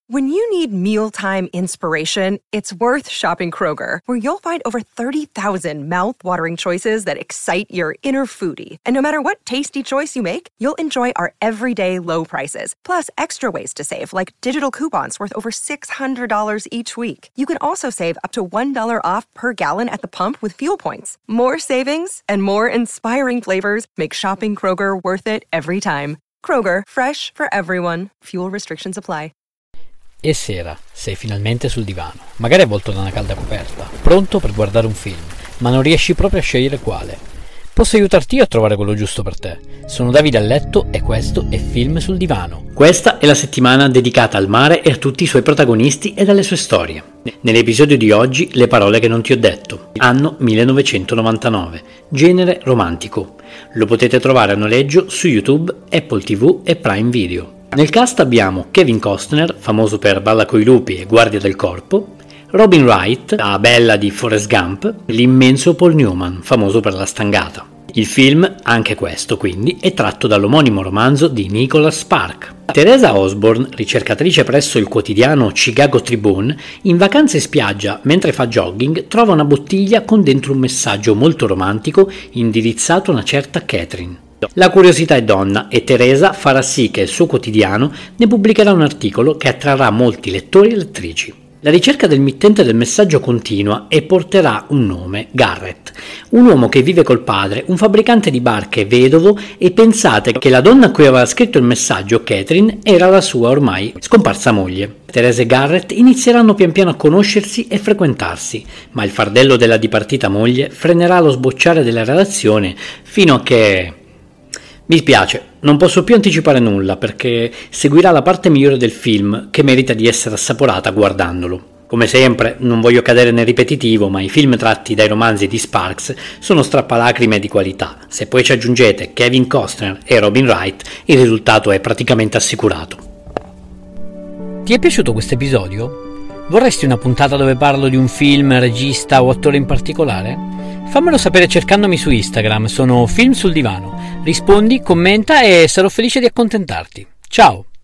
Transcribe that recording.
When you need mealtime inspiration, it's worth shopping Kroger, where you'll find over 30,000 mouth-watering choices that excite your inner foodie. And no matter what tasty choice you make, you'll enjoy our everyday low prices, plus extra ways to save, like digital coupons worth over $600 each week. You can also save up to $1 off per gallon at the pump with fuel points. More savings and more inspiring flavors make shopping Kroger worth it every time. Kroger, fresh for everyone. Fuel restrictions apply. E sera, sei finalmente sul divano, magari avvolto da una calda coperta, pronto per guardare un film, ma non riesci proprio a scegliere quale. Posso aiutarti io a trovare quello giusto per te. Sono Davide a letto e questo è Film sul divano. Questa è la settimana dedicata al mare e a tutti i suoi protagonisti e alle sue storie. Nell'episodio di oggi, le parole che non ti ho detto. Anno 1999. Genere romantico. Lo potete trovare a noleggio su YouTube, Apple TV e Prime Video. Nel cast abbiamo Kevin Costner, famoso per Balla coi lupi e Guardia del corpo, Robin Wright, la bella di Forrest Gump, l'immenso Paul Newman, famoso per La stangata. Il film, anche questo quindi, è tratto dall'omonimo romanzo di Nicholas Sparks. Teresa Osborne, ricercatrice presso il quotidiano Chicago Tribune, in vacanza in spiaggia mentre fa jogging trova una bottiglia con dentro un messaggio molto romantico indirizzato a una certa Catherine. La curiosità è donna e Teresa farà sì che il suo quotidiano ne pubblicherà un articolo che attrarrà molti lettori e lettrici. La ricerca del mittente del messaggio continua e porterà un nome, Garrett, un uomo che vive col padre, un fabbricante di barche vedovo, e pensate che la donna a cui aveva scritto il messaggio, Catherine, era la sua ormai scomparsa moglie. Teresa e Garrett inizieranno pian piano a conoscersi e frequentarsi, ma il fardello della dipartita moglie frenerà lo sbocciare della relazione fino a che... Mi spiace, non posso più anticipare nulla perché seguirà la parte migliore del film che merita di essere assaporata guardandolo. Come sempre, non voglio cadere nel ripetitivo, ma i film tratti dai romanzi di Sparks sono strappalacrime di qualità. Se poi ci aggiungete Kevin Costner e Robin Wright, il risultato è praticamente assicurato. Ti è piaciuto questo episodio? Vorresti una puntata dove parlo di un film, regista o attore in particolare? Fammelo sapere cercandomi su Instagram, sono Film sul divano. Rispondi, commenta e sarò felice di accontentarti. Ciao!